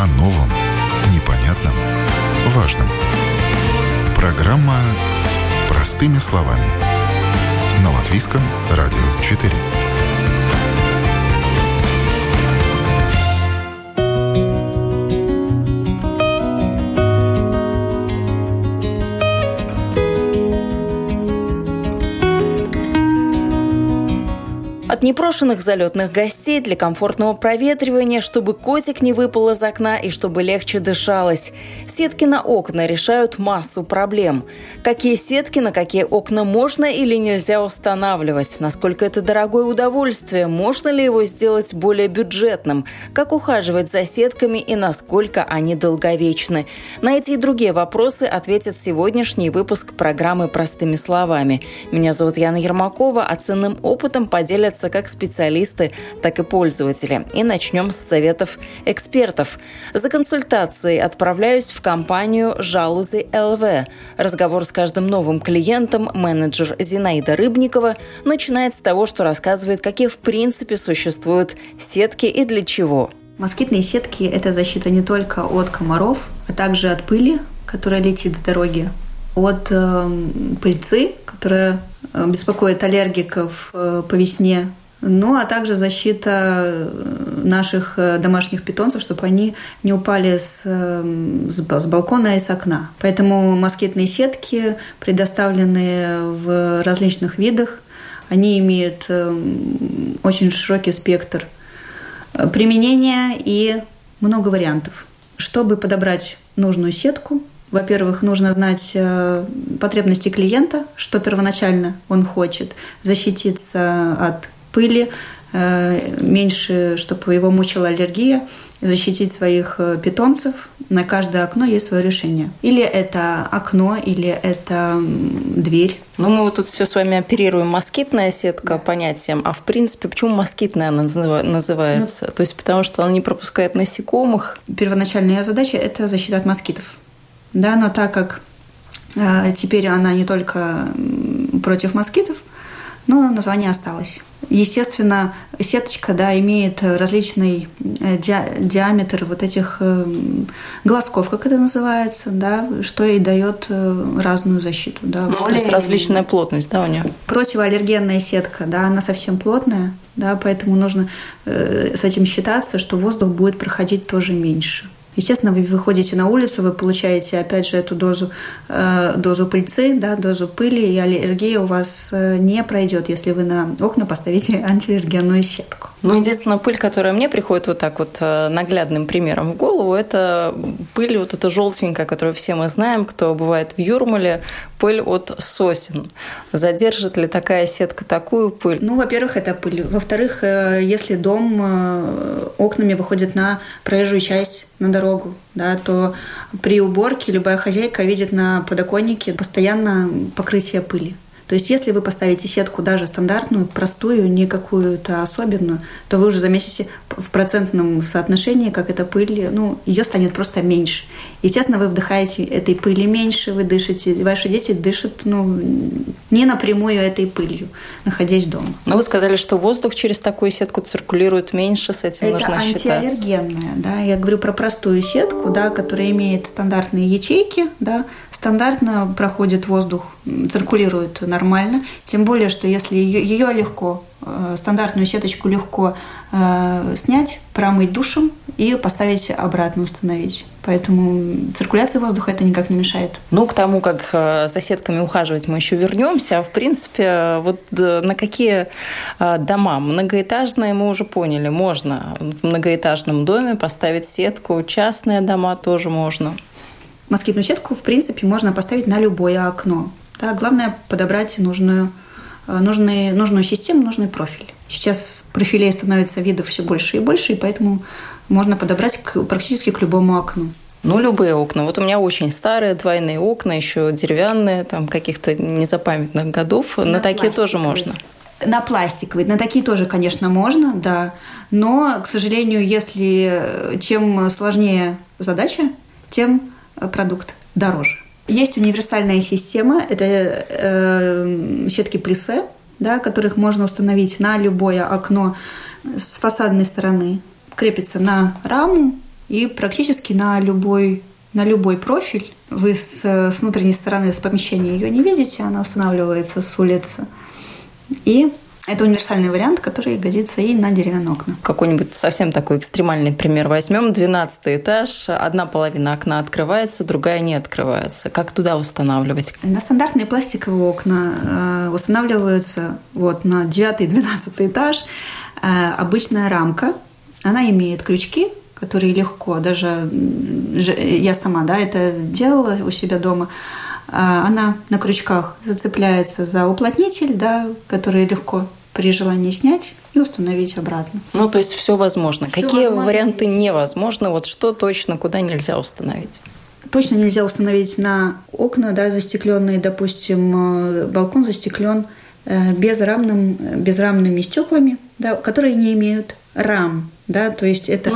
О новом, непонятном, важном. Программа «Простыми словами» на Латвийском радио 4. От непрошенных залетных гостей для комфортного проветривания, чтобы котик не выпал из окна и чтобы легче дышалось. Сетки на окна решают массу проблем. Какие сетки на какие окна можно или нельзя устанавливать? Насколько это дорогое удовольствие? Можно ли его сделать более бюджетным? Как ухаживать за сетками и насколько они долговечны? На эти и другие вопросы ответит сегодняшний выпуск программы «Простыми словами». Меня зовут Яна Ермакова, а ценным опытом поделятся как специалисты, так и пользователи. И начнем с советов экспертов. За консультацией отправляюсь в компанию «Жалузы ЛВ». Разговор с каждым новым клиентом менеджер Зинаида Рыбникова начинает с того, что рассказывает, какие в принципе существуют сетки и для чего. Москитные сетки – это защита не только от комаров, а также от пыли, которая летит с дороги, от пыльцы, которая беспокоит аллергиков по весне, ну а также защита наших домашних питомцев, чтобы они не упали с балкона и с окна. Поэтому москитные сетки предоставлены в различных видах. Они имеют очень широкий спектр применения и много вариантов. Чтобы подобрать нужную сетку, во-первых, нужно знать потребности клиента, что первоначально он хочет, защититься от пыли, меньше, чтобы его мучила аллергия, защитить своих питомцев. На каждое окно есть свое решение. Или это окно, или это дверь. Ну, мы вот тут все с вами оперируем москитная сетка понятием, а в принципе, почему москитная она называется? То есть потому что она не пропускает насекомых? Первоначальная задача – это защита от москитов. Да, но так как теперь она не только против москитов, но название осталось. Естественно, сеточка, да, имеет различный диаметр вот этих глазков, как это называется, да, что и дает разную защиту. Да, то есть различная плотность, да, у нее? Противоаллергенная сетка, да, она совсем плотная, да, поэтому нужно с этим считаться, что воздух будет проходить тоже меньше. Естественно, вы выходите на улицу, вы получаете, опять же, эту дозу пыльцы, да, дозу пыли, и аллергия у вас не пройдет, если вы на окна поставите антиаллергенную сетку. Ну, единственная пыль, которая мне приходит вот так вот наглядным примером в голову, это пыль вот эта желтенькая, которую все мы знаем, кто бывает в Юрмале, пыль от сосен. Задержит ли такая сетка такую пыль? Ну, во-первых, это пыль. Во-вторых, если дом окнами выходит на проезжую часть, на дорогу, да, то при уборке любая хозяйка видит на подоконнике постоянно покрытие пыли. То есть, если вы поставите сетку даже стандартную, простую, не какую-то особенную, то вы уже заметите в процентном соотношении, как эта пыль, ее станет просто меньше. Естественно, вы вдыхаете этой пыли меньше, вы дышите, ваши дети дышат, не напрямую этой пылью, находясь дома. Но вы сказали, что воздух через такую сетку циркулирует меньше, с этим нужно считаться. Это антиаллергенная, да. Я говорю про простую сетку, да, которая имеет стандартные ячейки, да, стандартно проходит воздух, циркулирует нормально. Тем более, что если ее легко, стандартную сеточку легко снять, промыть душем и поставить обратно, установить. Поэтому циркуляции воздуха это никак не мешает. Ну, к тому, как за сетками ухаживать, мы еще вернемся. В принципе, вот на какие дома? Многоэтажные мы уже поняли. Можно в многоэтажном доме поставить сетку. Частные дома тоже можно. Москитную сетку, в принципе, можно поставить на любое окно. Да, главное подобрать нужную систему, нужный профиль. Сейчас профилей становится видов все больше и больше, и поэтому можно подобрать практически к любому окну. Ну, любые окна. Вот у меня очень старые двойные окна, еще деревянные, там каких-то незапамятных годов. На такие тоже можно. На пластиковые. На такие тоже, конечно, можно, да. Но, к сожалению, чем сложнее задача, тем продукт дороже. Есть универсальная система, это сетки плиссе, да, которых можно установить на любое окно с фасадной стороны. Крепится на раму, И практически на любой профиль вы с внутренней стороны, с помещения ее не видите, она устанавливается с улицы. И это универсальный вариант, который годится и на деревянные окна. Какой-нибудь совсем такой экстремальный пример возьмем. 12-й этаж, одна половина окна открывается, другая не открывается. Как туда устанавливать? На стандартные пластиковые окна устанавливаются на 9-12 этаж. Обычная рамка, она имеет крючки, которые легко, даже я сама это делала у себя дома, она на крючках зацепляется за уплотнитель, который легко при желании снять и установить обратно. То есть все возможно. Какие варианты невозможны? Что точно, куда нельзя установить? Точно нельзя установить на окна, застекленные, допустим, балкон застеклен безрамными стеклами, которые не имеют рам, то есть это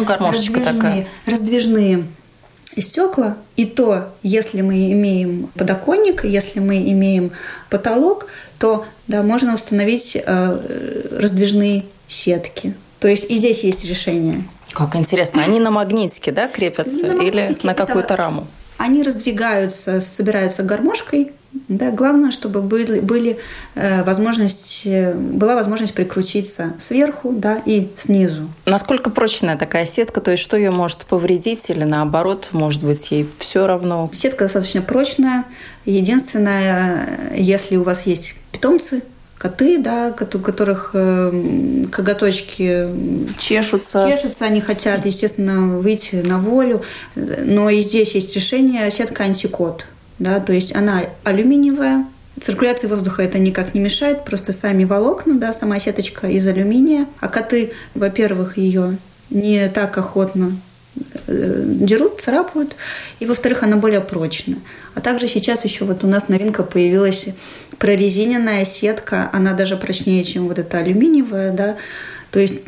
раздвижные стекла. И то, если мы имеем подоконник, если мы имеем потолок, то можно установить раздвижные сетки. То есть и здесь есть решение. Как интересно, они на магнитике, крепятся или на какую-то раму? Они раздвигаются, собираются гармошкой. Главное, чтобы была возможность прикрутиться сверху, и снизу. Насколько прочная такая сетка? То есть что ее может повредить или наоборот, может быть, ей все равно? Сетка достаточно прочная. Единственное, если у вас есть питомцы, коты, у которых коготочки чешутся, они хотят, естественно, выйти на волю. Но и здесь есть решение сетка антикот. То есть она алюминиевая. Циркуляции воздуха это никак не мешает, просто сами волокна, сама сеточка из алюминия. А коты, во-первых, ее не так охотно дерут, царапают, и, во-вторых, она более прочная. А также сейчас еще у нас новинка появилась прорезиненная сетка, она даже прочнее, чем эта алюминиевая, То есть,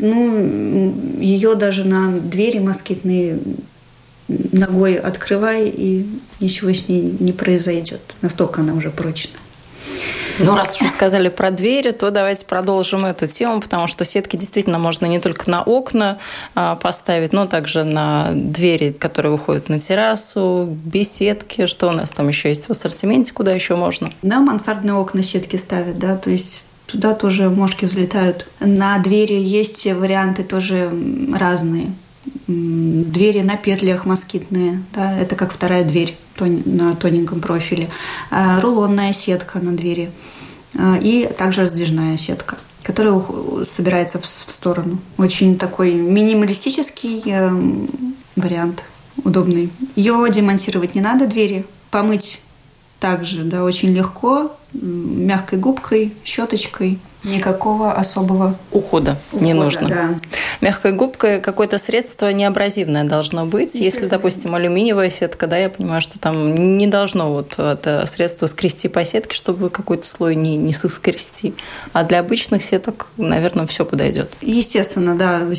ее даже на двери москитные ногой открывай, и ничего с ней не произойдет. Настолько она уже прочная. Раз уж сказали про двери, то давайте продолжим эту тему, потому что сетки действительно можно не только на окна поставить, но также на двери, которые выходят на террасу, беседки. Что у нас там еще есть в ассортименте, куда еще можно? Мансардные окна сетки ставят, то есть туда тоже мошки взлетают. На двери есть варианты тоже разные. Двери на петлях москитные, это как вторая дверь на тоненьком профиле. Рулонная сетка на двери. И также раздвижная сетка, которая собирается в сторону. Очень такой минималистический вариант, удобный. Ее демонтировать не надо, двери. Помыть также, очень легко, мягкой губкой, щеточкой. Никакого особого ухода не нужно. Мягкой губкой какое-то средство неабразивное должно быть. Если, допустим, алюминиевая сетка, я понимаю, что там не должно это средство скрести по сетке, чтобы какой-то слой не соскрести. А для обычных сеток, наверное, все подойдет. Естественно,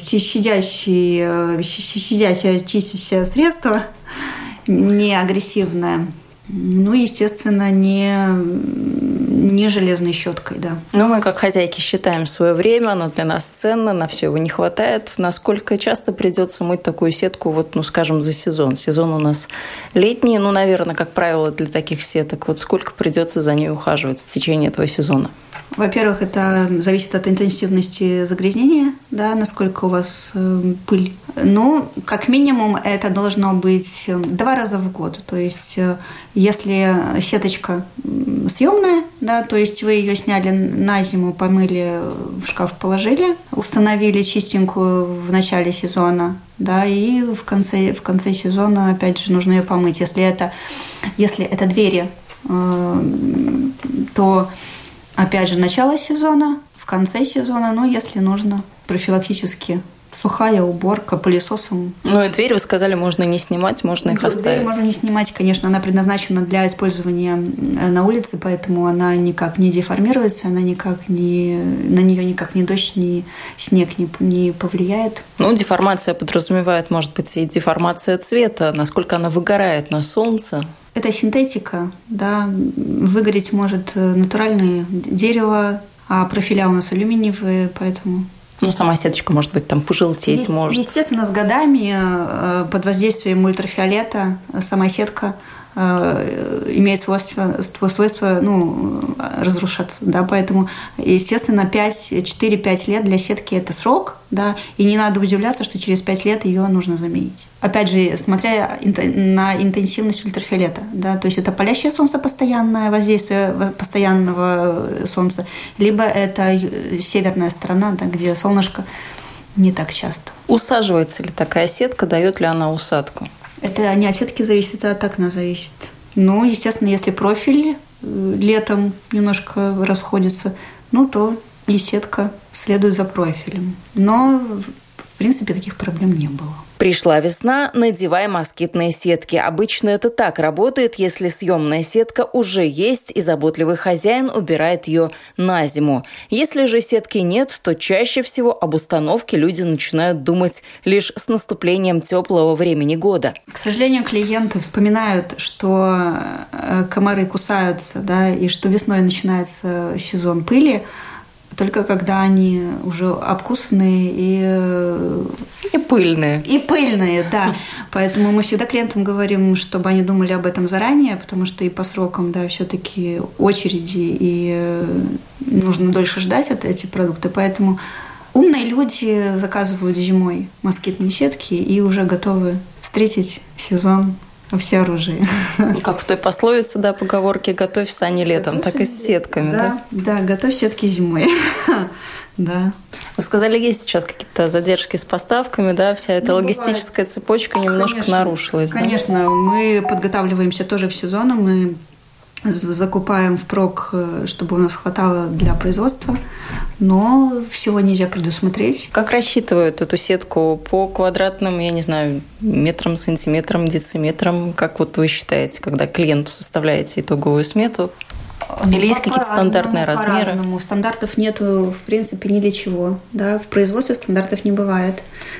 щадящее чистящее средство, не агрессивное. Естественно, не железной щеткой, Мы, как хозяйки, считаем свое время, оно для нас ценно, на все его не хватает. Насколько часто придется мыть такую сетку, скажем, за сезон? Сезон у нас летний, наверное, как правило, для таких сеток. Сколько придется за ней ухаживать в течение этого сезона? Во-первых, это зависит от интенсивности загрязнения, насколько у вас пыль. Как минимум, это должно быть 2 раза в год. То есть, если сеточка съемная, то есть вы ее сняли на зиму, помыли, в шкаф положили, установили чистенькую в начале сезона, и в конце сезона, опять же, нужно ее помыть. Если это двери, то опять же, начало сезона, в конце сезона, если нужно, профилактически сухая уборка пылесосом. И дверь, вы сказали, можно не снимать, можно их оставить. Дверь можно не снимать, конечно, она предназначена для использования на улице, поэтому она никак не деформируется, на нее никак ни дождь, ни снег не повлияет. Деформация подразумевает, может быть, и деформация цвета, насколько она выгорает на солнце. Это синтетика, выгореть может натуральное дерево, а профиля у нас алюминиевые, поэтому Сама сеточка, может быть, там пожелтеть может. Естественно, с годами под воздействием ультрафиолета сама сетка имеет свойство разрушаться, да, поэтому, естественно, 4-5 лет для сетки – это срок, да, и не надо удивляться, что через 5 лет ее нужно заменить. Опять же, смотря на интенсивность ультрафиолета, да, то есть это палящее солнце, постоянное воздействие постоянного солнца, либо это северная сторона, да, где солнышко не так часто. Усаживается ли такая сетка, дает ли она усадку? Это не от сетки зависит, это от окна зависит. Ну, естественно, если профиль летом немножко расходится, то и сетка следует за профилем. Но, в принципе, таких проблем не было. Пришла весна, надевай москитные сетки. Обычно это так работает, если съемная сетка уже есть и заботливый хозяин убирает ее на зиму. Если же сетки нет, то чаще всего об установке люди начинают думать лишь с наступлением теплого времени года. К сожалению, клиенты вспоминают, что комары кусаются, да, и что весной начинается сезон пыли, только когда они уже обкусанные и пыльные. И пыльные, да. Поэтому мы всегда клиентам говорим, чтобы они думали об этом заранее, потому что и по срокам, да, все-таки очереди, и нужно дольше ждать эти продукты. Поэтому умные люди заказывают зимой москитные сетки и уже готовы встретить сезон во всеоружии. Как в той пословице, да, поговорке «готовь сани летом», так и с сетками, да? Да, готовь сетки зимой. Да. Вы сказали, есть сейчас какие-то задержки с поставками, да, вся эта логистическая цепочка немножко нарушилась. Конечно, мы подготавливаемся тоже к сезону, мы закупаем впрок, чтобы у нас хватало для производства, но всего нельзя предусмотреть. Как рассчитывают эту сетку по квадратным, я не знаю, метрам, сантиметрам, дециметрам? Как вот вы считаете, когда клиенту составляете итоговую смету? Или есть какие-то стандартные размеры? По-разному. Стандартов нету, в принципе, ни для чего. Да? В производстве стандартов не бывает.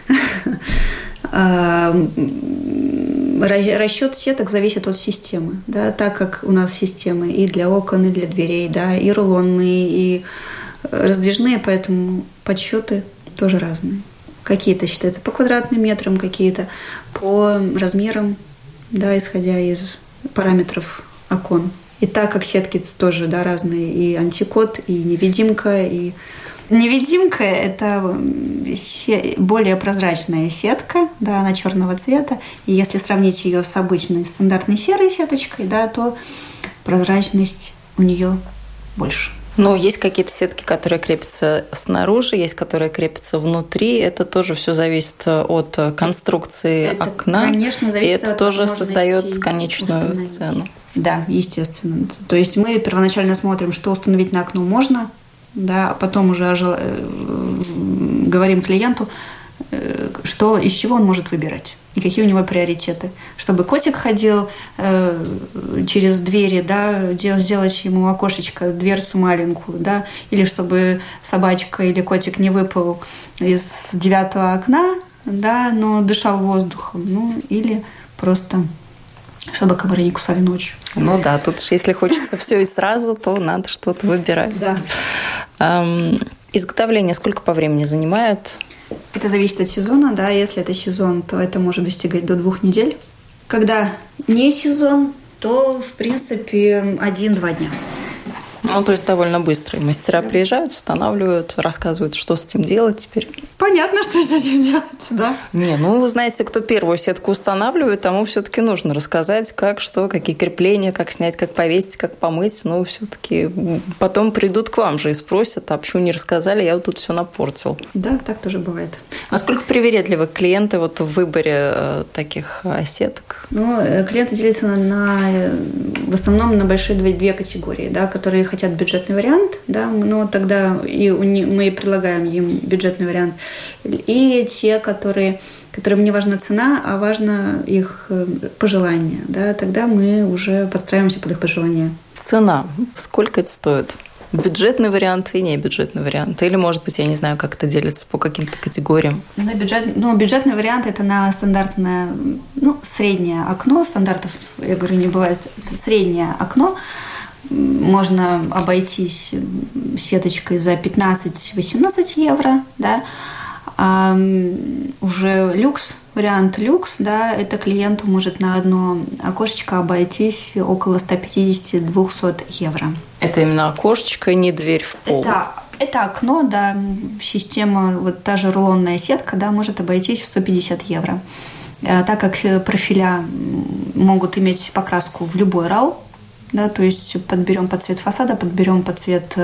Расчет сеток зависит от системы, да, так как у нас системы и для окон, и для дверей, да, и рулонные, и раздвижные, поэтому подсчеты тоже разные. Какие-то считаются по квадратным метрам, какие-то по размерам, да, исходя из параметров окон. И так как сетки тоже, да, разные, и антикот, и невидимка, и... Невидимка – это более прозрачная сетка, да, она черного цвета. И если сравнить ее с обычной стандартной серой сеточкой, да, то прозрачность у нее больше. Но есть какие-то сетки, которые крепятся снаружи, есть, которые крепятся внутри. Это тоже все зависит от конструкции окна. Конечно, зависит и это от тоже создает конечную цену. Да, естественно. То есть мы первоначально смотрим, что установить на окно можно, да, а потом уже говорим клиенту, из чего он может выбирать и какие у него приоритеты. Чтобы котик ходил через двери, да, сделать ему окошечко, дверцу маленькую, да, или чтобы собачка или котик не выпал из 9-го окна, да, но дышал воздухом, или просто чтобы комары не кусали ночью. Ну да, тут если хочется все и сразу, то надо что-то выбирать. Да. Изготовление сколько по времени занимает? Это зависит от сезона, да. Если это сезон, то это может достигать до 2 недель. Когда не сезон, то, в принципе, 1-2 дня. Ну, то есть довольно быстро. Мастера приезжают, устанавливают, рассказывают, что с этим делать теперь. Понятно, что с этим делать, да. Вы знаете, кто первую сетку устанавливает, тому все-таки нужно рассказать, как, что, какие крепления, как снять, как повесить, как помыть. Все-таки потом придут к вам же и спросят, а почему не рассказали, я вот тут все напортил. Да, так тоже бывает. Насколько привередливы клиенты в выборе таких сеток? Клиенты делятся в основном на большие две категории, да, которые хотят бюджетный вариант, да, но тогда мы предлагаем им бюджетный вариант. И те, которым не важна цена, а важно их пожелание, да, тогда мы уже подстраиваемся под их пожелания. Цена. Сколько это стоит? Бюджетный вариант и небюджетный вариант? Или, может быть, я не знаю, как это делится по каким-то категориям? Бюджетный вариант – это на стандартное, среднее окно. Стандартов, я говорю, не бывает. Среднее окно. можно обойтись сеточкой за 15-18 евро, да. А уже вариант люкс, да, это клиенту может на одно окошечко обойтись около 150-200 евро. Это именно окошечко, не дверь в пол? Это окно, да, система, вот та же рулонная сетка, да, может обойтись в 150 евро. Так как профиля могут иметь покраску в любой RAL, да, то есть подберем под цвет фасада, подберем под цвет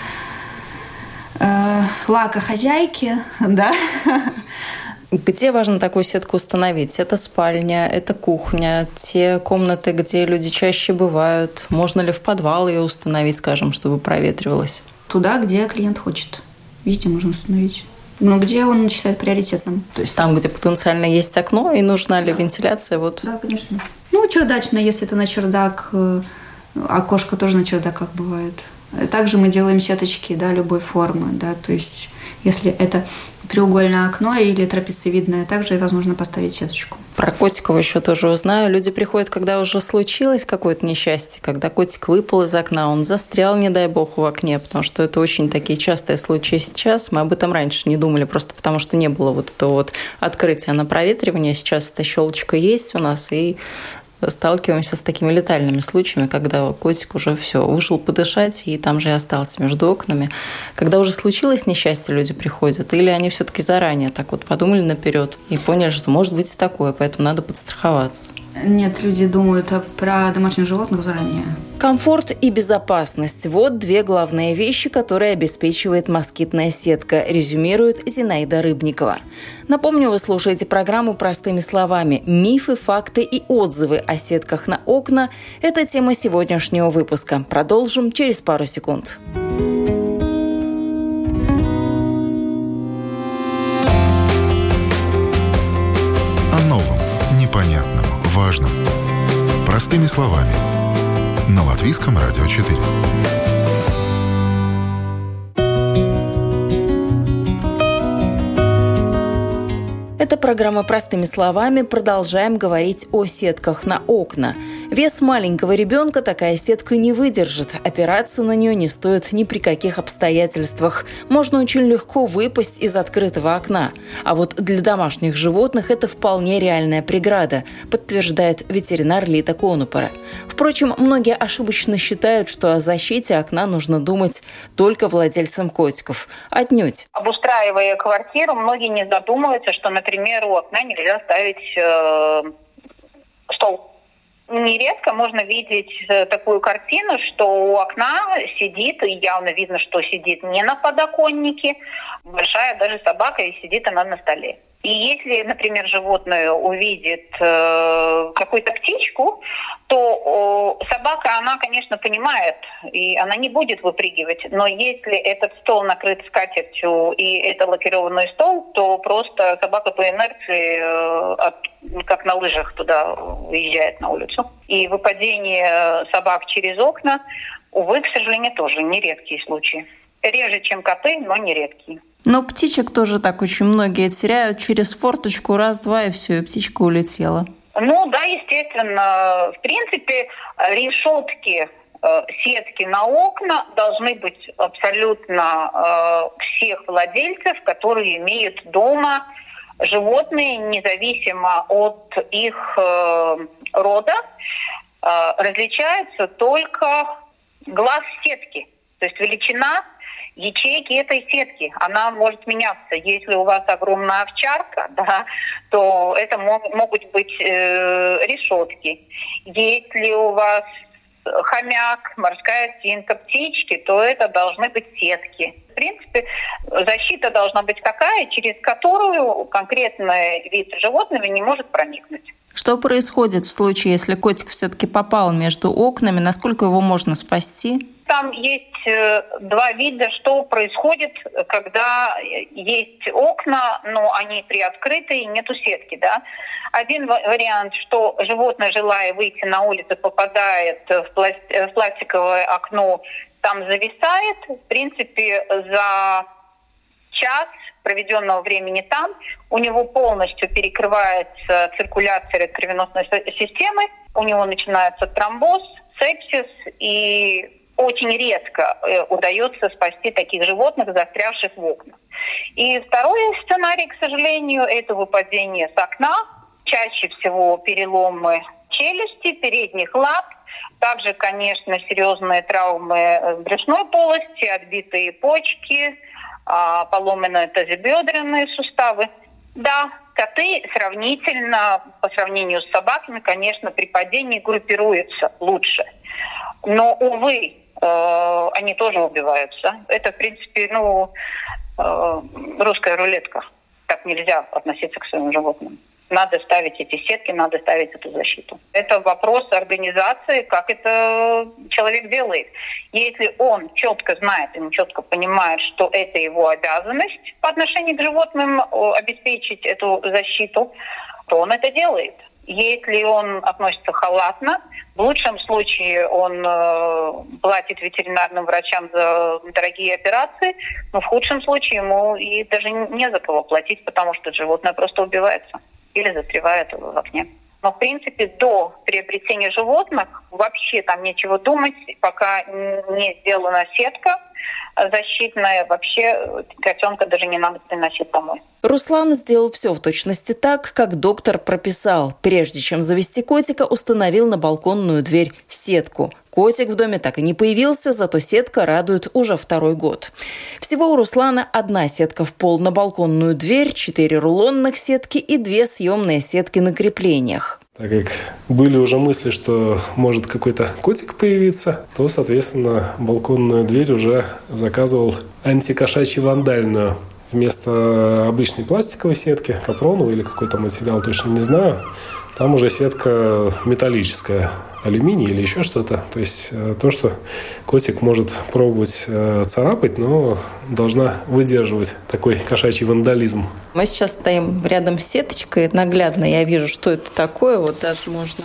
лака хозяйки, да. Где важно такую сетку установить? Это спальня, это кухня, те комнаты, где люди чаще бывают. Можно ли в подвал ее установить, скажем, чтобы проветривалось? Туда, где клиент хочет. Везде можно установить. Но где он считает приоритетным. То есть там, где потенциально есть окно, и нужна ли вентиляция? Вот. Да, конечно. Чердачная, если это на чердак, окошко тоже на чердаках бывает. Также мы делаем сеточки, да, любой формы, да, то есть если это треугольное окно или трапециевидное, также возможно поставить сеточку. Про котиков еще тоже узнаю. Люди приходят, когда уже случилось какое-то несчастье, когда котик выпал из окна, он застрял, не дай бог, в окне, потому что это очень такие частые случаи сейчас. Мы об этом раньше не думали, просто потому что не было вот этого вот открытия на проветривание. Сейчас эта щелочка есть у нас, и сталкиваемся с такими летальными случаями, когда котик уже все вышел подышать и там же и остался между окнами. Когда уже случилось несчастье, люди приходят, или они все-таки заранее так вот подумали наперед и поняли, что может быть и такое, поэтому надо подстраховаться. Нет, люди думают про домашних животных заранее. Комфорт и безопасность – вот две главные вещи, которые обеспечивает москитная сетка, резюмирует Зинаида Рыбникова. Напомню, вы слушаете программу «Простыми словами». Мифы, факты и отзывы о сетках на окна – это тема сегодняшнего выпуска. Продолжим через пару секунд. О новом, непонятном, важном. Простыми словами. На Латвийском радио 4. Это программа «Простыми словами». Продолжаем говорить о сетках на окна. Вес маленького ребенка такая сетка не выдержит. Опираться на нее не стоит ни при каких обстоятельствах. Можно очень легко выпасть из открытого окна. А вот для домашних животных это вполне реальная преграда, подтверждает ветеринар Лита Конупара. Впрочем, многие ошибочно считают, что о защите окна нужно думать только владельцам котиков. Отнюдь. Обустраивая квартиру, многие не задумываются, что, например, у окна нельзя ставить стол. Нередко можно видеть такую картину, что у окна сидит, и явно видно, что сидит не на подоконнике, большая даже собака, и сидит она на столе. И если, например, животное увидит какую-то птичку, то собака, она, конечно, понимает, и она не будет выпрыгивать. Но если этот стол накрыт скатертью, и это лакированный стол, то просто собака по инерции, как на лыжах, туда уезжает на улицу. И выпадение собак через окна, увы, к сожалению, тоже нередкие случаи. Реже, чем коты, но нередкие. Но птичек тоже так очень многие теряют через форточку, раз-два, и все, и птичка улетела. Ну да, естественно. В принципе, решетки, сетки на окна должны быть абсолютно всех владельцев, которые имеют дома животные, независимо от их рода. Различается только глаз сетки, то есть величина ячейки этой сетки, она может меняться. Если у вас огромная овчарка, да, то это могут быть решетки. Если у вас хомяк, морская свинка, птички, то это должны быть сетки. В принципе, защита должна быть такая, через которую конкретный вид животного не может проникнуть. Что происходит в случае, если котик все-таки попал между окнами? Насколько его можно спасти? Там есть два вида, что происходит, когда есть окна, но они приоткрыты и нету сетки, да. Один вариант, что животное, желая выйти на улицу, попадает в пластиковое окно, там зависает. В принципе, за час проведенного времени там у него полностью перекрывается циркуляция кровеносной системы, у него начинается тромбоз, сепсис, и очень редко удается спасти таких животных, застрявших в окнах. И второй сценарий, к сожалению, это выпадение с окна. Чаще всего переломы челюсти, передних лап. Также, конечно, серьезные травмы брюшной полости, отбитые почки, поломанные тазобедренные суставы. Да, коты сравнительно, по сравнению с собаками, конечно, при падении группируются лучше. Но, увы, они тоже убиваются. Это, в принципе, русская рулетка. Так нельзя относиться к своим животным. Надо ставить эти сетки, надо ставить эту защиту. Это вопрос организации, как это человек делает. Если он четко знает, он четко понимает, что это его обязанность по отношению к животным обеспечить эту защиту, то он это делает. Если он относится халатно, в лучшем случае он платит ветеринарным врачам за дорогие операции, но в худшем случае ему и даже не за кого платить, потому что животное просто убивается или застревает в окне. Но, в принципе, до приобретения животных вообще там нечего думать, пока не сделана сетка защитная, вообще котенка даже не надо приносить домой. Руслан сделал все в точности так, как доктор прописал. Прежде чем завести котика, установил на балконную дверь сетку. Котик в доме так и не появился, зато сетка радует уже второй год. Всего у Руслана 1 сетка в пол на балконную дверь, 4 рулонных сетки и 2 съемные сетки на креплениях. Так как были уже мысли, что может какой-то котик появиться, то, соответственно, балконную дверь уже заказывал антикошачьи-вандальную. Вместо обычной пластиковой сетки, капроновой или какой-то материал, точно не знаю, там уже сетка металлическая, алюминий или еще что-то. То есть то, что котик может пробовать царапать, но должна выдерживать такой кошачий вандализм. Мы сейчас стоим рядом с сеточкой, наглядно я вижу, что это такое. Вот даже можно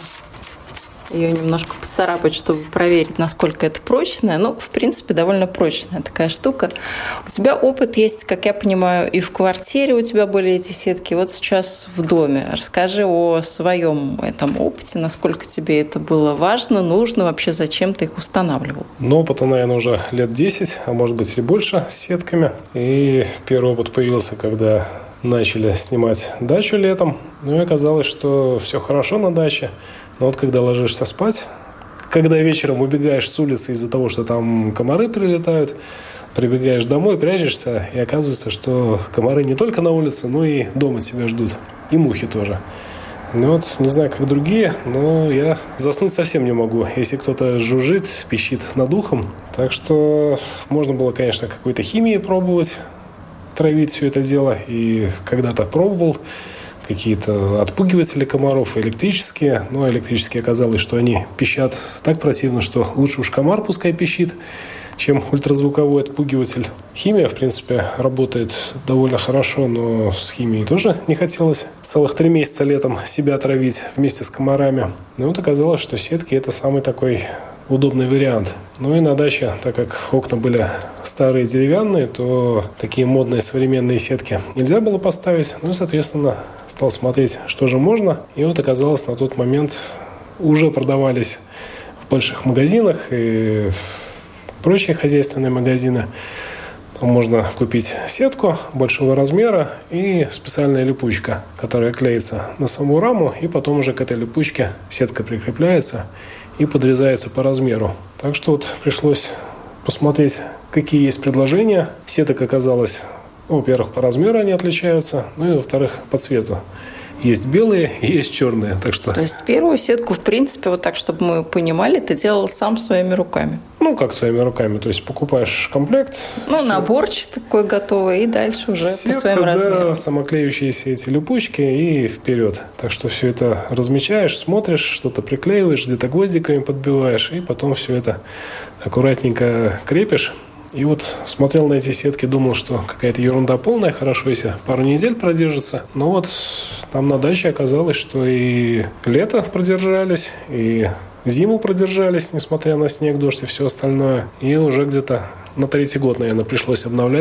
ее немножко поцарапать, чтобы проверить, насколько это прочная. Ну, в принципе, довольно прочная такая штука. У тебя опыт есть, как я понимаю, и в квартире у тебя были эти сетки, вот сейчас в доме. Расскажи о своем этом опыте, насколько тебе это было важно, нужно, вообще зачем ты их устанавливал? Ну, опыта, наверное, уже лет 10, а может быть и больше с сетками. И первый опыт появился, когда начали снимать дачу летом. Ну и оказалось, что все хорошо на даче. Но вот когда ложишься спать, когда вечером убегаешь с улицы из-за того, что там комары прилетают, прибегаешь домой, прячешься, и оказывается, что комары не только на улице, но и дома тебя ждут. И мухи тоже. Ну вот, не знаю, как другие, но я заснуть совсем не могу, если кто-то жужжит, пищит над ухом. Так что можно было, конечно, какой-то химией пробовать, травить все это дело. И когда-то пробовал какие-то отпугиватели комаров, электрические. Но электрические оказалось, что они пищат так противно, что лучше уж комар пускай пищит, чем ультразвуковой отпугиватель. Химия, в принципе, работает довольно хорошо, но с химией тоже не хотелось целых 3 месяца летом себя отравить вместе с комарами. Но вот оказалось, что сетки – это самый такой удобный вариант. Ну и на даче, так как окна были старые деревянные, то такие модные современные сетки нельзя было поставить. Ну и, соответственно, стал смотреть, что же можно. И вот оказалось, на тот момент уже продавались в больших магазинах и прочие хозяйственные магазины. Там можно купить сетку большого размера и специальная липучка, которая клеится на саму раму, и потом уже к этой липучке сетка прикрепляется и подрезается по размеру. Так что вот пришлось посмотреть, какие есть предложения. Сеток оказалось, во-первых, по размеру они отличаются, ну и, во-вторых, по цвету. Есть белые и есть черные. Так что... То есть первую сетку, в принципе, вот так, чтобы мы понимали, ты делал сам своими руками? Ну, как своими руками. То есть покупаешь комплект. Ну, наборчик такой готовый, и дальше уже сетка, по своим размерам. Да, самоклеющиеся эти липучки и вперед. Так что все это размечаешь, смотришь, что-то приклеиваешь, где-то гвоздиками подбиваешь, и потом все это аккуратненько крепишь. И вот смотрел на эти сетки, думал, что какая-то ерунда полная, хорошо, если пару недель продержится. Но вот там на даче оказалось, что и лето продержались, и зиму продержались, несмотря на снег, дождь и все остальное. И уже где-то на 3-й год, наверное, пришлось обновлять,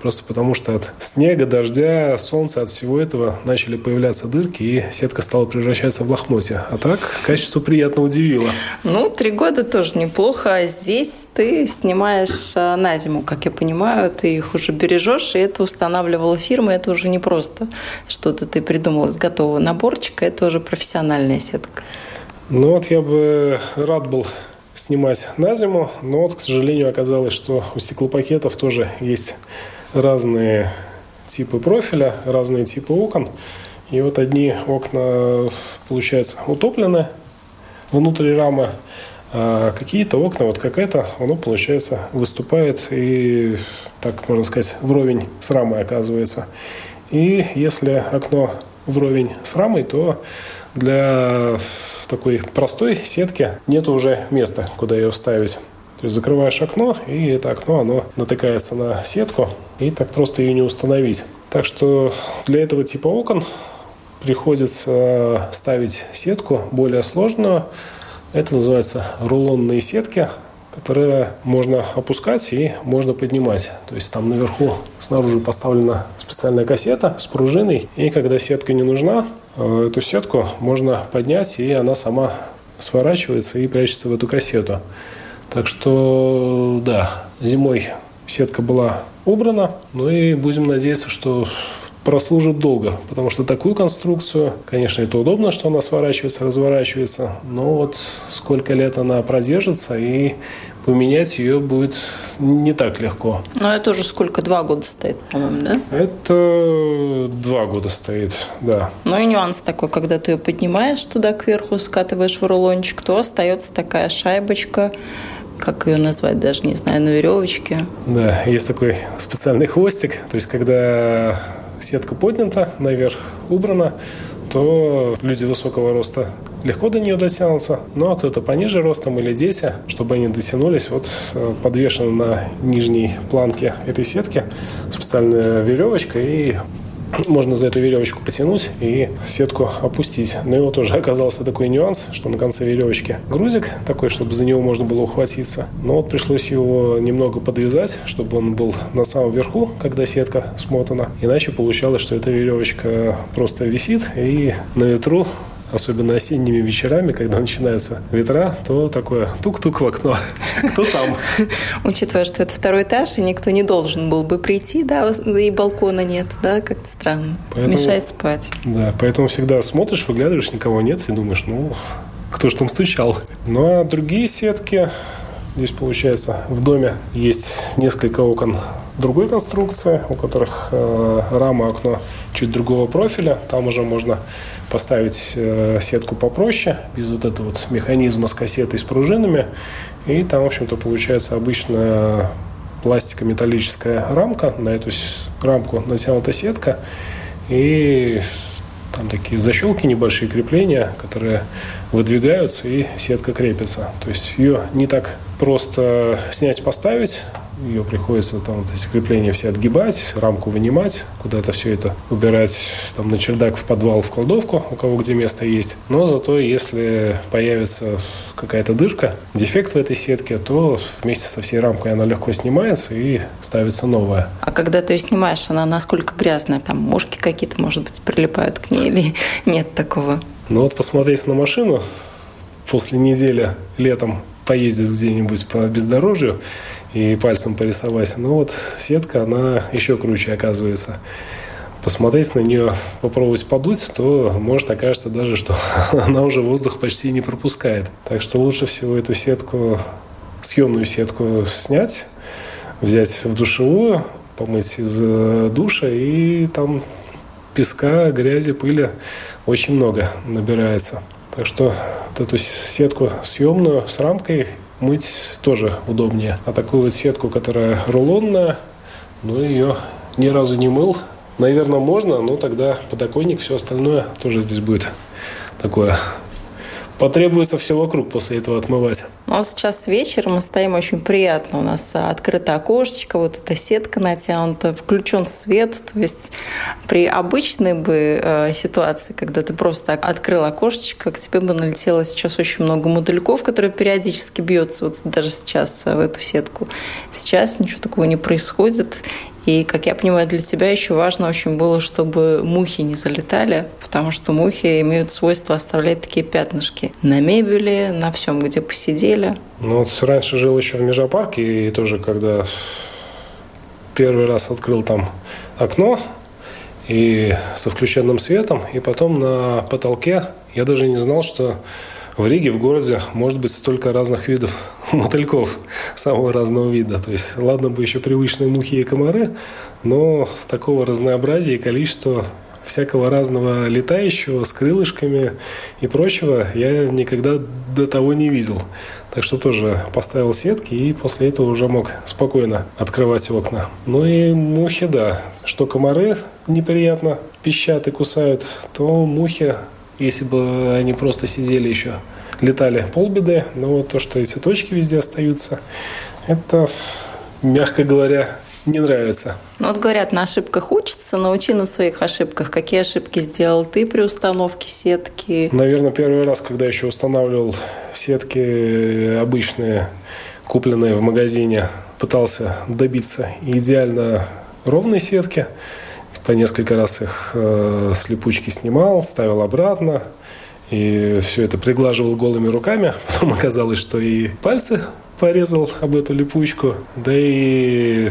просто потому что от снега, дождя, солнца, от всего этого начали появляться дырки, и сетка стала превращаться в лохмотья. А так качество приятно удивило. 3 года тоже неплохо. А здесь ты снимаешь на зиму, как я понимаю, ты их уже бережешь, и это устанавливала фирма, это уже не просто что-то ты придумал из готового наборчика, это уже профессиональная сетка. Я бы рад был снимать на зиму, но к сожалению, оказалось, что у стеклопакетов тоже есть разные типы профиля, разные типы окон. И одни окна, получается, утоплены внутри рамы, а какие-то окна, как это, оно, получается, выступает и, так можно сказать, вровень с рамой оказывается. И если окно вровень с рамой, то для такой простой сетки нет уже места, куда ее вставить. То есть закрываешь окно, и это окно, оно натыкается на сетку, и так просто ее не установить. Так что для этого типа окон приходится ставить сетку более сложную. Это называется рулонные сетки, которые можно опускать и можно поднимать. То есть там наверху снаружи поставлена специальная кассета с пружиной, и когда сетка не нужна, эту сетку можно поднять, и она сама сворачивается и прячется в эту кассету. Так что, да, зимой сетка была убрана, и будем надеяться, что прослужит долго, потому что такую конструкцию, конечно, это удобно, что она сворачивается, разворачивается, но сколько лет она продержится, и поменять ее будет не так легко. Это уже сколько? 2 года стоит, по-моему, да? Это 2 года стоит, да. И нюанс такой, когда ты ее поднимаешь туда кверху, скатываешь в рулончик, то остается такая шайбочка, как ее назвать, даже не знаю, на веревочке. Да, есть такой специальный хвостик, то есть когда сетка поднята, наверх убрана, то люди высокого роста легко до нее дотянутся, а кто-то пониже ростом или дети, чтобы они дотянулись, подвешена на нижней планке этой сетки специальная веревочка, и можно за эту веревочку потянуть и сетку опустить. Но тоже оказался такой нюанс, что на конце веревочки грузик такой, чтобы за него можно было ухватиться. Но пришлось его немного подвязать, чтобы он был на самом верху, когда сетка смотана. Иначе получалось, что эта веревочка просто висит, и на ветру, особенно осенними вечерами, когда начинаются ветра, то такое тук-тук в окно. Кто там? Учитывая, что это 2-й этаж, и никто не должен был бы прийти, да, и балкона нет, да, как-то странно. Мешает спать. Да, поэтому всегда смотришь, выглядываешь, никого нет, и думаешь, кто ж там стучал. А другие сетки, здесь, получается, в доме есть несколько окон другой конструкции, у которых рама, окно чуть другого профиля. Там уже можно поставить сетку попроще, без этого механизма с кассетой с пружинами. И там, в общем-то, получается обычная пластико-металлическая рамка. На эту рамку натянута сетка. И там такие защелки, небольшие крепления, которые выдвигаются, и сетка крепится. То есть ее не так просто снять, поставить. Ее приходится эти крепления все отгибать, рамку вынимать, куда-то все это убирать на чердак, в подвал, в кладовку, у кого где место есть. Но зато если появится какая-то дырка, дефект в этой сетке, то вместе со всей рамкой она легко снимается и ставится новая. А когда ты ее снимаешь, она насколько грязная? Там мушки какие-то, может быть, прилипают к ней или нет такого? Посмотреть на машину после недели летом, поездить где-нибудь по бездорожью и пальцем порисовать. Сетка, она еще круче оказывается. Посмотреть на нее, попробовать подуть, то может окажется даже, что она уже воздух почти не пропускает. Так что лучше всего эту сетку, съемную сетку снять, взять в душевую, помыть из душа, и там песка, грязи, пыли очень много набирается. Так что эту сетку съемную с рамкой мыть тоже удобнее. А такую сетку, которая рулонная, ее ни разу не мыл. Наверное, можно, но тогда подоконник, все остальное тоже здесь будет такое. Потребуется все вокруг после этого отмывать. Сейчас вечером мы стоим, очень приятно. У нас открыто окошечко, эта сетка натянута, включен свет. То есть при обычной бы ситуации, когда ты просто открыл окошечко, к тебе бы налетело сейчас очень много мотыльков, которые периодически бьются, даже сейчас в эту сетку. Сейчас ничего такого не происходит. И, как я понимаю, для тебя еще важно очень было, чтобы мухи не залетали, потому что мухи имеют свойство оставлять такие пятнышки на мебели, на всем, где посидели. Ну, вот раньше жил еще в Межапарке, и тоже, когда первый раз открыл там окно, и со включенным светом, и потом на потолке я даже не знал, что в Риге, в городе, может быть столько разных видов мотыльков самого разного вида. То есть, ладно бы еще привычные мухи и комары, но такого разнообразия и количества всякого разного летающего с крылышками и прочего я никогда до того не видел. Так что тоже поставил сетки и после этого уже мог спокойно открывать окна. Ну и мухи, да. Что комары неприятно пищат и кусают, то мухи, если бы они просто сидели еще, летали, полбеды. Но вот то, что эти точки везде остаются, это, мягко говоря, не нравится. Ну вот говорят, на ошибках учатся, научи на своих ошибках. Какие ошибки сделал ты при установке сетки? Наверное, первый раз, когда еще устанавливал сетки обычные, купленные в магазине, пытался добиться идеально ровной сетки. По несколько раз их с липучки снимал, ставил обратно. И все это приглаживал голыми руками. Потом оказалось, что и пальцы порезал об эту липучку. Да и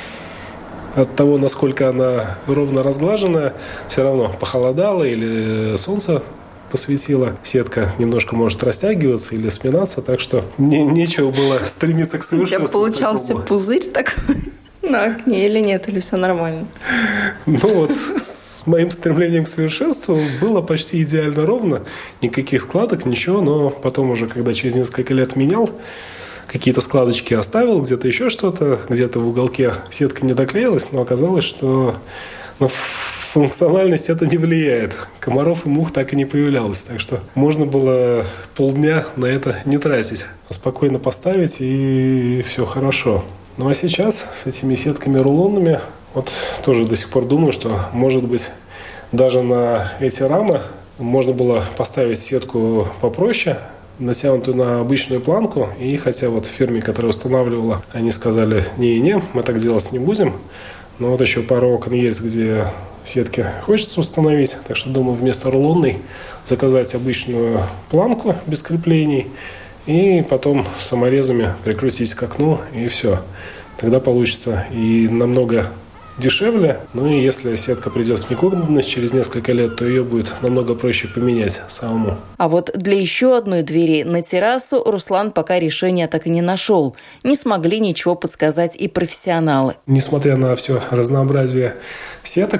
от того, насколько она ровно разглажена, все равно похолодало или солнце посветило. Сетка немножко может растягиваться или сминаться, так что нечего было стремиться к совершенству. У тебя получался такому пузырь такой на окне или нет, или все нормально? Ну вот, с моим стремлением к совершенству было почти идеально ровно. Никаких складок, ничего, но потом уже, когда через несколько лет менял, какие-то складочки оставил, где-то еще что-то, где-то в уголке сетка не доклеилась, но оказалось, что на функциональность это не влияет. Комаров и мух так и не появлялось, так что можно было полдня на это не тратить, а спокойно поставить и все хорошо. Ну а сейчас с этими сетками рулонными, вот тоже до сих пор думаю, что, может быть, даже на эти рамы можно было поставить сетку попроще, натянутую на обычную планку. И хотя вот в фирме, которая устанавливала, они сказали, не, мы так делать не будем. Но вот еще пару окон есть, где сетки хочется установить. Так что думаю, вместо рулонной заказать обычную планку без креплений. И потом саморезами прикрутить к окну, и все. Тогда получится и намного дешевле. Ну и если сетка придет в негодность через несколько лет, то ее будет намного проще поменять самому. А вот для еще одной двери на террасу Руслан пока решения так и не нашел. Не смогли ничего подсказать и профессионалы. Несмотря на все разнообразие сеток,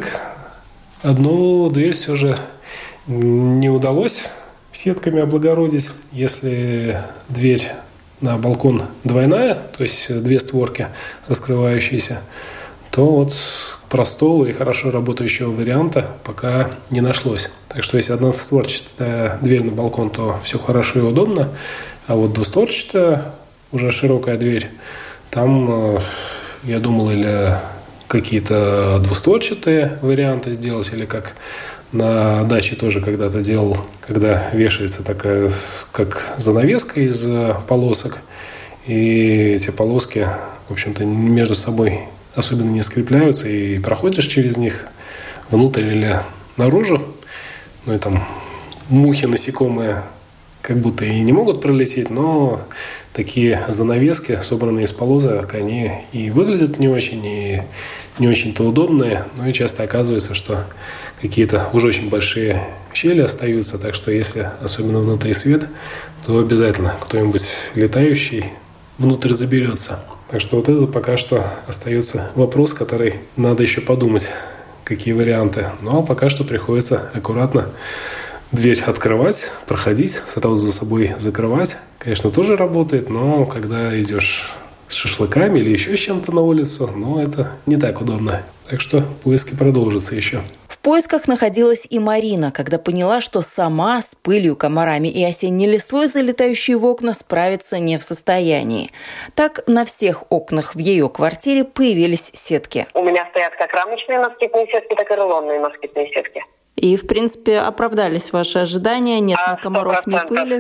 одну дверь все же не удалось сетками облагородить. Если дверь на балкон двойная, то есть две створки раскрывающиеся, то вот простого и хорошо работающего варианта пока не нашлось. Так что если одностворчатая дверь на балкон, то все хорошо и удобно, а вот двустворчатая, уже широкая дверь, там я думал или какие-то двустворчатые варианты сделать, или как на даче тоже когда-то делал, когда вешается такая, как занавеска из полосок, и эти полоски, в общем-то, между собой особенно не скрепляются, и проходишь через них внутрь или наружу. Ну и там мухи, насекомые как будто и не могут пролететь, но такие занавески, собранные из полосок, они и выглядят не очень, и не очень-то удобные. Ну и часто оказывается, что какие-то уже очень большие щели остаются, так что если особенно внутри свет, то обязательно кто-нибудь летающий внутрь заберется. Так что вот это пока что остается вопрос, который надо еще подумать, какие варианты. Ну а пока что приходится аккуратно дверь открывать, проходить, сразу за собой закрывать. Конечно, тоже работает, но когда идешь с шашлыками или еще с чем-то на улицу, это не так удобно. Так что поиски продолжатся еще. В поисках находилась и Марина, когда поняла, что сама с пылью, комарами и осенней листвой, залетающей в окна, справиться не в состоянии. Так на всех окнах в ее квартире появились сетки. У меня стоят как рамочные москитные сетки, так и рулонные москитные сетки. И, в принципе, оправдались ваши ожидания? Нет ни комаров, ни пыли?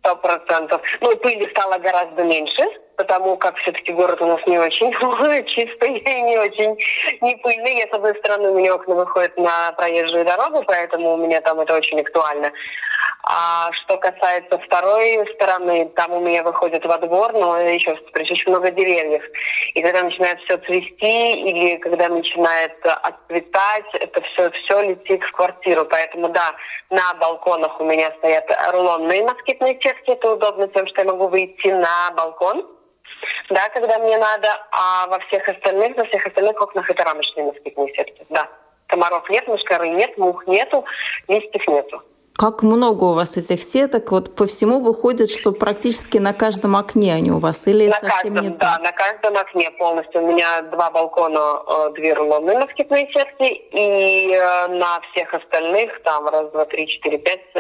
100%. Ну, пыли стало гораздо меньше, потому как все-таки город у нас не очень чистый и не очень не пыльный. Я, с одной стороны, у меня окна выходят на проезжую дорогу, поэтому у меня там это очень актуально. А что касается второй стороны, там у меня выходит во двор, но еще раз повторюсь, очень много деревьев. И когда начинает все цвести или когда начинает отцветать, это все летит в квартиру. Поэтому да, на балконах у меня стоят рулонные москитные сетки. Это удобно тем, что я могу выйти на балкон, да, когда мне надо. А во всех остальных окнах это рамочные москитные сетки. Да. Комаров нет, мушкары нет, мух нету, листьев нету. Как много у вас этих сеток? Вот по всему выходит, что практически на каждом окне они у вас, или на совсем каждом, не да, так? На каждом окне полностью. У меня 2 балкона, 2 рулонные москитные сетки, и на всех остальных, там, 1, 2, 3, 4,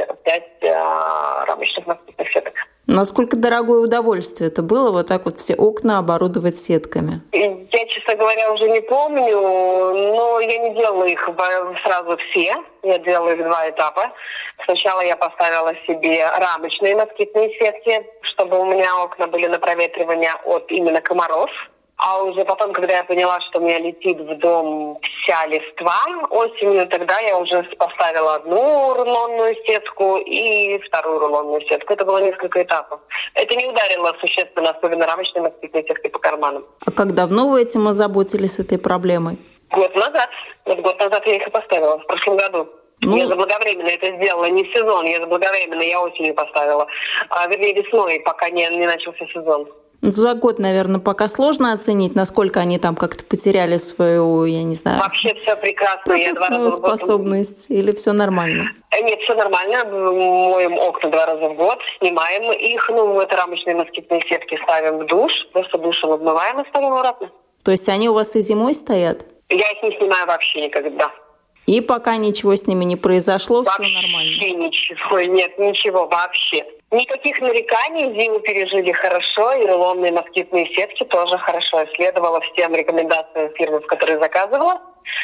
5 рамочных москитных сеток. Насколько дорогое удовольствие это было, вот так вот все окна оборудовать сетками? Я, честно говоря, уже не помню, но я не делала их сразу все. Я делала их в 2 этапа. Сначала я поставила себе рамочные москитные сетки, чтобы у меня окна были на проветривание от именно комаров. А уже потом, когда я поняла, что у меня летит в дом вся листва осенью, тогда я уже поставила 1 рулонную сетку и 2 рулонную сетку. Это было несколько этапов. Это не ударило существенно, особенно рамочные москитные сетки по карманам. А как давно вы этим озаботились, этой проблемой? Год назад. Вот год назад я их и поставила, в прошлом году. Я заблаговременно это сделала, не в сезон, я осенью поставила. Вернее, весной, пока не начался сезон. За год, наверное, пока сложно оценить, насколько они там как-то потеряли свою, я не знаю... Вообще все прекрасно. Пропускную способность, или все нормально? Нет, все нормально. Моем окна 2 раза в год, снимаем их. Это рамочные москитные сетки ставим в душ, просто душем обмываем и ставим обратно. То есть они у вас и зимой стоят? Я их не снимаю вообще никогда. И пока ничего с ними не произошло, вообще все нормально? Вообще ничего, нет, ничего вообще. Никаких нареканий, зиму пережили хорошо, и рулонные москитные сетки тоже хорошо. Я следовала всем рекомендациям фирмы, в которой заказывала.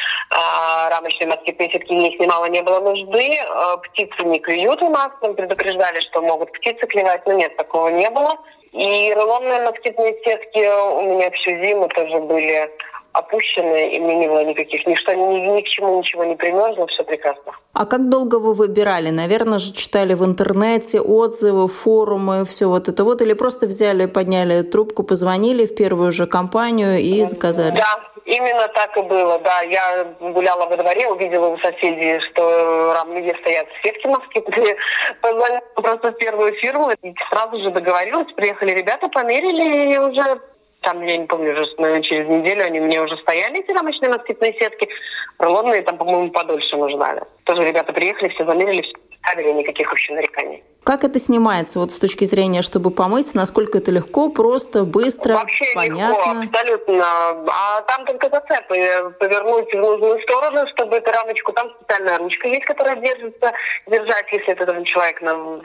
Рамочные москитные сетки не снимала, не было нужды. Птицы не клюют у нас, нам предупреждали, что могут птицы клевать, но нет, такого не было. И рулонные москитные сетки у меня всю зиму тоже были опущены, и мне не было никаких, ни к чему ничего не примерзло, все прекрасно. А как долго вы выбирали? Наверное же читали в интернете отзывы, форумы, все вот это вот, или просто взяли, подняли трубку, позвонили в первую же компанию и заказали? Да, именно так и было, да. Я гуляла во дворе, увидела у соседей, что где стоят сетки москитные, позвонила просто в первую фирму, и сразу же договорилась, приехали ребята, померили, и уже... Там, я не помню, уже через неделю они мне уже стояли, эти рамочные москитные сетки. Рулонные там, по-моему, подольше нуждали. Тоже ребята приехали, все замерили, все ставили, никаких вообще нареканий. Как это снимается, вот с точки зрения, чтобы помыть? Насколько это легко, просто, быстро, вообще понятно? Легко, абсолютно. А там только зацепы. Повернуть в нужную сторону, чтобы эту рамочку... Там специальная ручка есть, которая держать, если это человек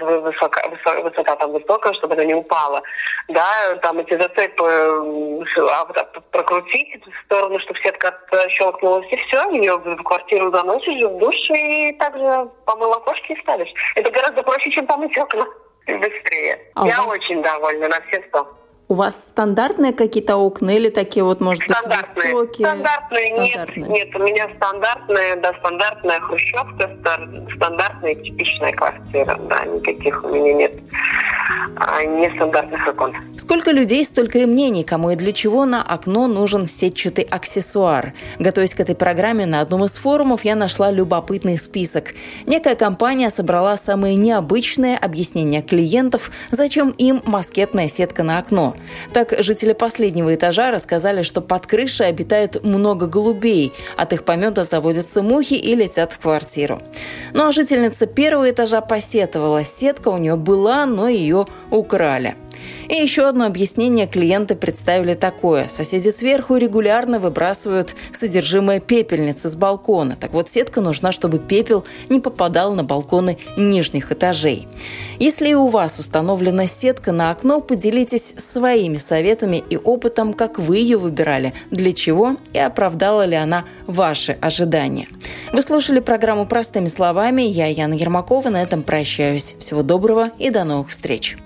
высота там высокая, чтобы она не упала. Да, там эти зацепы прокрутить в сторону, чтобы сетка щелкнулась, и все. Ее в квартиру заносишь, в душ, и также помыл окошки и ставишь. Это гораздо проще, чем помыть окна. Быстрее. Я очень довольна на все 100. У вас стандартные какие-то окна или такие вот, может быть, высокие? Стандартные. Нет, у меня стандартная хрущевка, стандартная типичная квартира. Да, никаких у меня нет нестандартных окон. Сколько людей, столько и мнений, кому и для чего на окно нужен сетчатый аксессуар. Готовясь к этой программе, на одном из форумов я нашла любопытный список. Некая компания собрала самые необычные объяснения клиентов, зачем им москитная сетка на окно. Так, жители последнего этажа рассказали, что под крышей обитает много голубей. От их помета заводятся мухи и летят в квартиру. Ну а жительница первого этажа посетовала. Сетка у нее была, но ее украли. И еще одно объяснение клиенты представили такое. Соседи сверху регулярно выбрасывают содержимое пепельницы с балкона. Так вот, сетка нужна, чтобы пепел не попадал на балконы нижних этажей. Если и у вас установлена сетка на окно, поделитесь своими советами и опытом, как вы ее выбирали, для чего и оправдала ли она ваши ожидания. Вы слушали программу «Простыми словами». Я, Яна Ермакова, на этом прощаюсь. Всего доброго и до новых встреч.